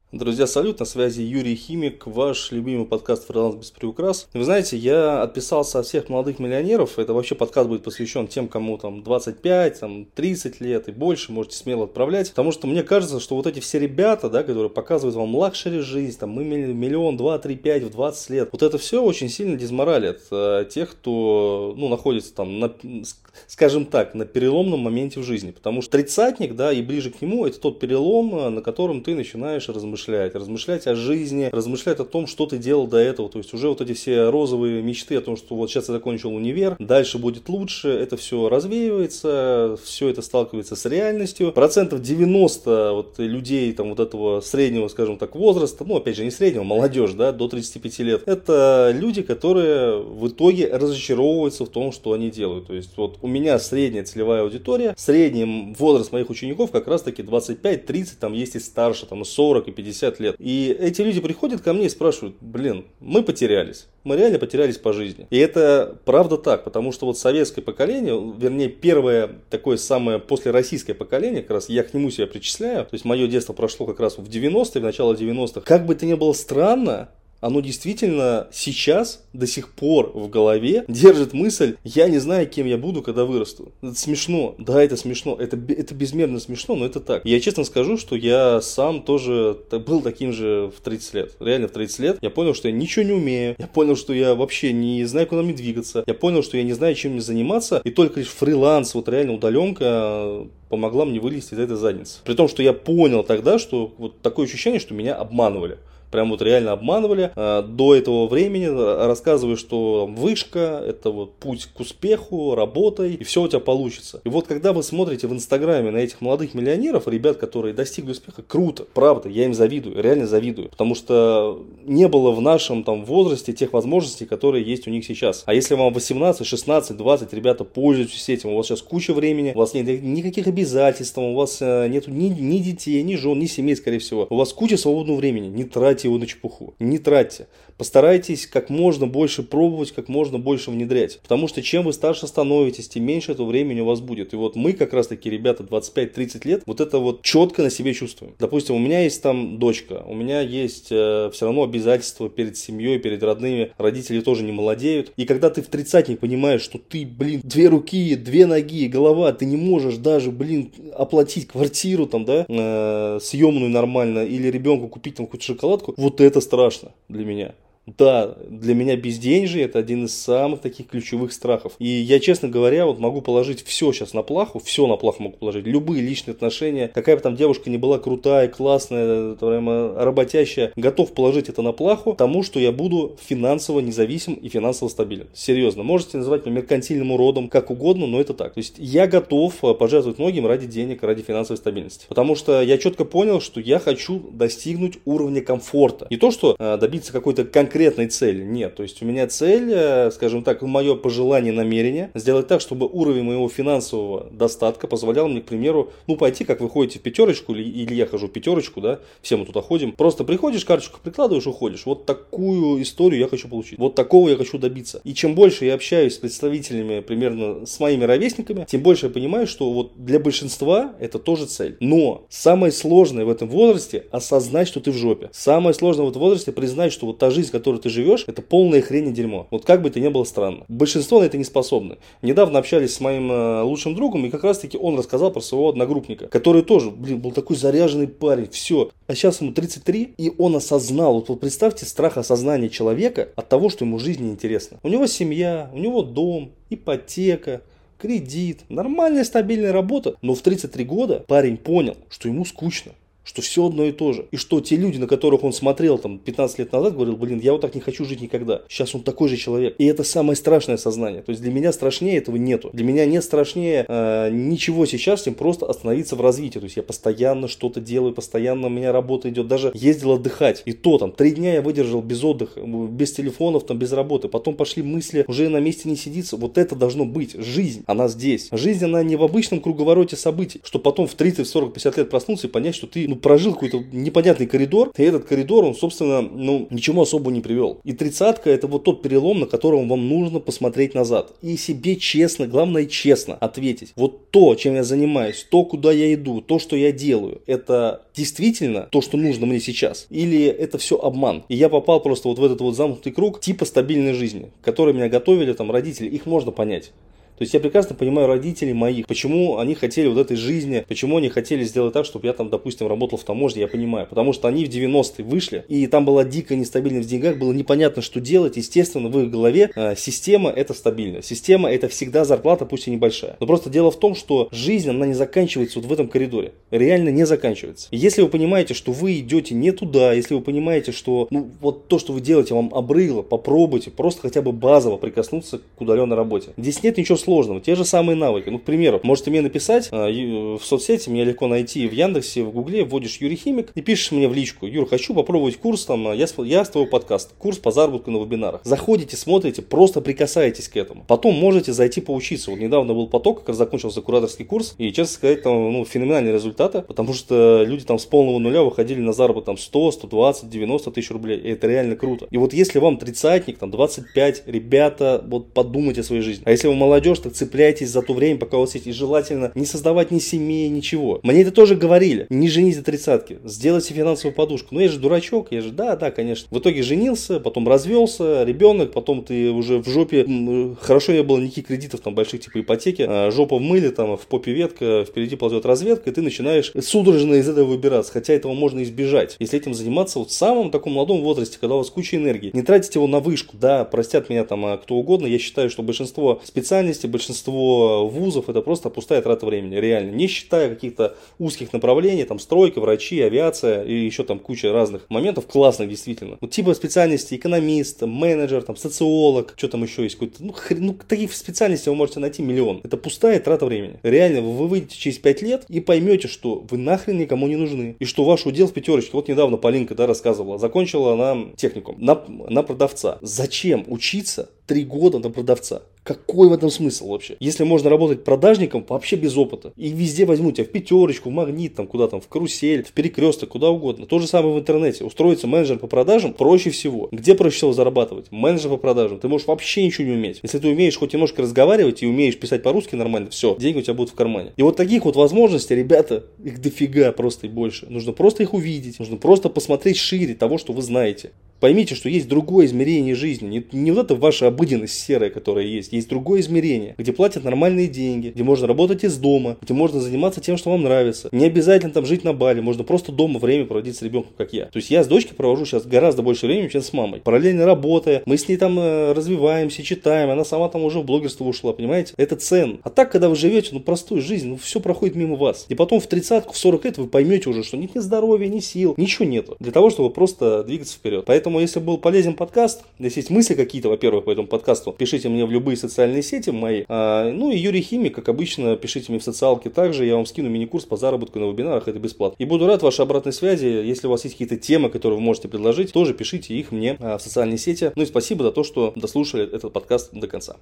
Друзья, салют, на связи Юрий Химик, ваш любимый подкаст «Фриланс без приукрас». Вы знаете, я отписался от всех молодых миллионеров, это вообще подкаст будет посвящен тем, кому там 25, 30 лет и больше, можете смело отправлять, потому что мне кажется, что вот эти все ребята, да, которые показывают вам лакшери жизнь, там мы миллион, 2, 3, 5 в 20 лет, вот это все очень сильно дезморалит тех, кто, находится там, скажем так, на переломном моменте в жизни, потому что тридцатник, да, и ближе к нему, это тот перелом, на котором ты начинаешь размышлять о жизни, размышлять о том, что ты делал до этого. То есть уже вот эти все розовые мечты о том, что вот сейчас я закончил универ, дальше будет лучше, это все развеивается, все это сталкивается с реальностью. 90% вот людей там вот этого среднего, скажем так, возраста, опять же не среднего, молодежь, да, до 35 лет, это люди, которые в итоге разочаровываются в том, что они делают. То есть вот у меня средняя целевая аудитория, средний возраст моих учеников как раз таки 25-30, там есть и старше, там и 40, и 50 лет. И эти люди приходят ко мне и спрашивают, мы потерялись. Мы реально потерялись по жизни. И это правда так, потому что вот советское поколение, вернее первое такое самое послероссийское поколение, как раз я к нему себя причисляю, то есть мое детство прошло как раз в 90-е, в начало 90-х. Как бы это ни было странно, оно действительно сейчас, до сих пор в голове держит мысль, я не знаю, кем я буду, когда вырасту. Это смешно, да, это смешно, это безмерно смешно, но это так. Я честно скажу, что я сам тоже был таким же в 30 лет. Реально в 30 лет я понял, что я ничего не умею, я понял, что я вообще не знаю, куда мне двигаться, я понял, что я не знаю, чем мне заниматься, и только лишь фриланс, вот реально удаленка помогла мне вылезти из этой задницы. При том, что я понял тогда, что вот такое ощущение, что меня обманывали. Прям вот реально обманывали. До этого времени рассказываю, что вышка, это вот путь к успеху, работай, и все у тебя получится. И вот когда вы смотрите в Инстаграме на этих молодых миллионеров, ребят, которые достигли успеха, круто, правда, я им завидую, реально завидую. Потому что не было в нашем там возрасте тех возможностей, которые есть у них сейчас. А если вам 18, 16, 20, ребята, пользуйтесь этим, у вас сейчас куча времени, у вас нет никаких обязательств, у вас нету ни детей, ни жен, ни семей, скорее всего. У вас куча свободного времени, не тратьте его на чепуху. Не тратьте. Постарайтесь как можно больше пробовать, как можно больше внедрять. Потому что чем вы старше становитесь, тем меньше этого времени у вас будет. И вот мы как раз таки, ребята, 25-30 лет, вот это вот четко на себе чувствуем. Допустим, у меня есть там дочка, у меня есть все равно обязательства перед семьей, перед родными. Родители тоже не молодеют. И когда ты в тридцатник понимаешь, что ты, 2 руки, 2 ноги, голова, ты не можешь даже, оплатить квартиру там, да, съемную нормально, или ребенку купить там какую-то шоколадку, вот это страшно для меня. Да, для меня безденежье это один из самых таких ключевых страхов. И я, честно говоря, вот могу положить все сейчас на плаху, все на плаху могу положить, любые личные отношения, какая бы там девушка ни была крутая, классная, прямо работящая, готов положить это на плаху, тому, что я буду финансово независим и финансово стабилен. Серьезно, можете называть меня меркантильным уродом, как угодно, но это так. То есть я готов пожертвовать многим ради денег, ради финансовой стабильности. Потому что я четко понял, что я хочу достигнуть уровня комфорта. Не то, что добиться какой-то конкретной цели. Нет, то есть у меня цель, скажем так, мое пожелание, намерение сделать так, чтобы уровень моего финансового достатка позволял мне, к примеру, пойти, как вы ходите в пятерочку, или я хожу в пятерочку, да, все мы туда ходим, просто приходишь, карточку прикладываешь, уходишь. Вот такую историю я хочу получить. Вот такого я хочу добиться. И чем больше я общаюсь с представителями, примерно с моими ровесниками, тем больше я понимаю, что вот для большинства это тоже цель. Но самое сложное в этом возрасте осознать, что ты в жопе. Самое сложное в этом возрасте признать, что вот та жизнь, которой ты живешь, это полная хрень и дерьмо. Вот как бы это ни было странно. Большинство на это не способны. Недавно общались с моим лучшим другом, и как раз таки он рассказал про своего одногруппника, который тоже, был такой заряженный парень, все. А сейчас ему 33, и он осознал, вот представьте страх осознания человека от того, что ему жизнь неинтересна. У него семья, у него дом, ипотека, кредит, нормальная стабильная работа. Но в 33 года парень понял, что ему скучно. Что все одно и то же. И что те люди, на которых он смотрел там 15 лет назад, говорил, я вот так не хочу жить никогда. Сейчас он такой же человек. И это самое страшное сознание. То есть для меня страшнее этого нету. Для меня нет страшнее ничего сейчас, чем просто остановиться в развитии. То есть я постоянно что-то делаю, постоянно у меня работа идет. Даже ездил отдыхать. И то там 3 дня я выдержал без отдыха, без телефонов, там, без работы. Потом пошли мысли, уже на месте не сидится. Вот это должно быть. Жизнь, она здесь. Жизнь, она не в обычном круговороте событий. Что потом в 30, 40, 50 лет проснуться и понять, что ты прожил какой-то непонятный коридор, и этот коридор, он, собственно, ничему особо не привел. И 30-ка это вот тот перелом, на котором вам нужно посмотреть назад. И себе честно, главное честно ответить. Вот то, чем я занимаюсь, то, куда я иду, то, что я делаю, это действительно то, что нужно мне сейчас? Или это все обман? И я попал просто вот в этот вот замкнутый круг типа стабильной жизни, который меня готовили там родители, их можно понять. То есть я прекрасно понимаю родителей моих, почему они хотели вот этой жизни, почему они хотели сделать так, чтобы я там, допустим, работал в таможне, я понимаю. Потому что они в 90-е вышли, и там была дикая нестабильность в деньгах, было непонятно, что делать. Естественно, в их голове система это стабильная. Система это всегда зарплата, пусть и небольшая. Но просто дело в том, что жизнь, она не заканчивается вот в этом коридоре. Реально не заканчивается. И если вы понимаете, что вы идете не туда, если вы понимаете, что вот то, что вы делаете, вам обрыло, попробуйте просто хотя бы базово прикоснуться к удаленной работе. Здесь нет ничего сложного, те же самые навыки. К примеру, можете мне написать в соцсети, меня легко найти в Яндексе, в Гугле, вводишь Юрий Химик и пишешь мне в личку: Юр, хочу попробовать курс, я с твоего подкаста, курс по заработку на вебинарах. Заходите, смотрите, просто прикасаетесь к этому. Потом можете зайти поучиться. Вот недавно был поток, как раз закончился кураторский курс, и, честно сказать, там феноменальные результаты, потому что люди там с полного нуля выходили на заработок там 100, 120, 90 тысяч рублей, и это реально круто. И вот если вам тридцатник, там 25, ребята, вот подумайте о своей жизни. А если вы молодежь, так цепляйтесь за то время, пока у вас есть, и желательно не создавать ни семьи, ничего. Мне это тоже говорили, не женись до тридцатки, сделайте финансовую подушку. Ну я же дурачок, да, конечно. В итоге женился, потом развелся, ребенок, потом ты уже в жопе, хорошо не было никаких кредитов там больших типа ипотеки, жопа в мыле, там в попе ветка, впереди ползет разведка, и ты начинаешь судорожно из этого выбираться, хотя этого можно избежать, если этим заниматься вот в самом таком молодом возрасте, когда у вас куча энергии. Не тратите его на вышку, да, простят меня там кто угодно, я считаю, что большинство специальностей, большинство вузов это просто пустая трата времени, реально, не считая каких-то узких направлений, там стройка, врачи, авиация и еще там куча разных моментов классных действительно. Вот типа специальности экономист, менеджер, там социолог, что там еще есть, какой-то, таких специальностей вы можете найти миллион. Это пустая трата времени. Реально, вы выйдете через 5 лет и поймете, что вы нахрен никому не нужны. И что ваш удел в пятерочке. Вот недавно Полинка, рассказывала. Закончила она техникум на продавца. Зачем учиться 3 года на продавца? Какой в этом смысл вообще? Если можно работать продажником вообще без опыта. И везде возьмут тебя в пятерочку, в магнит, там, куда там, в карусель, в перекресток, куда угодно. То же самое в интернете. Устроиться менеджером по продажам проще всего. Где проще всего зарабатывать? Менеджер по продажам. Ты можешь вообще ничего не уметь. Если ты умеешь хоть немножко разговаривать и умеешь писать по-русски нормально, все, деньги у тебя будут в кармане. И вот таких вот возможностей, ребята, их дофига просто и больше. Нужно просто их увидеть. Нужно просто посмотреть шире того, что вы знаете. Поймите, что есть другое измерение жизни. Не вот это ваша обыденность серая, которая есть. Есть другое измерение, где платят нормальные деньги, где можно работать из дома, где можно заниматься тем, что вам нравится. Не обязательно там жить на Бали, можно просто дома время проводить с ребенком, как я. То есть я с дочкой провожу сейчас гораздо больше времени, чем с мамой. Параллельно работая, мы с ней там развиваемся, читаем, она сама там уже в блогерство ушла, понимаете? Это ценно. А так, когда вы живете, простую жизнь, все проходит мимо вас. И потом в 30-ку, в 40 лет вы поймете уже, что нет ни здоровья, ни сил, ничего нету. Для того, чтобы просто двигаться вперед. Поэтому, если был полезен подкаст, если есть мысли какие-то, во-первых, по этому подкасту, пишите мне в любые социальные сети мои. И Юрий Химик, как обычно, пишите мне в социалке также. Я вам скину мини-курс по заработку на вебинарах, это бесплатно. И буду рад вашей обратной связи. Если у вас есть какие-то темы, которые вы можете предложить, тоже пишите их мне в социальные сети. Ну и спасибо за то, что дослушали этот подкаст до конца.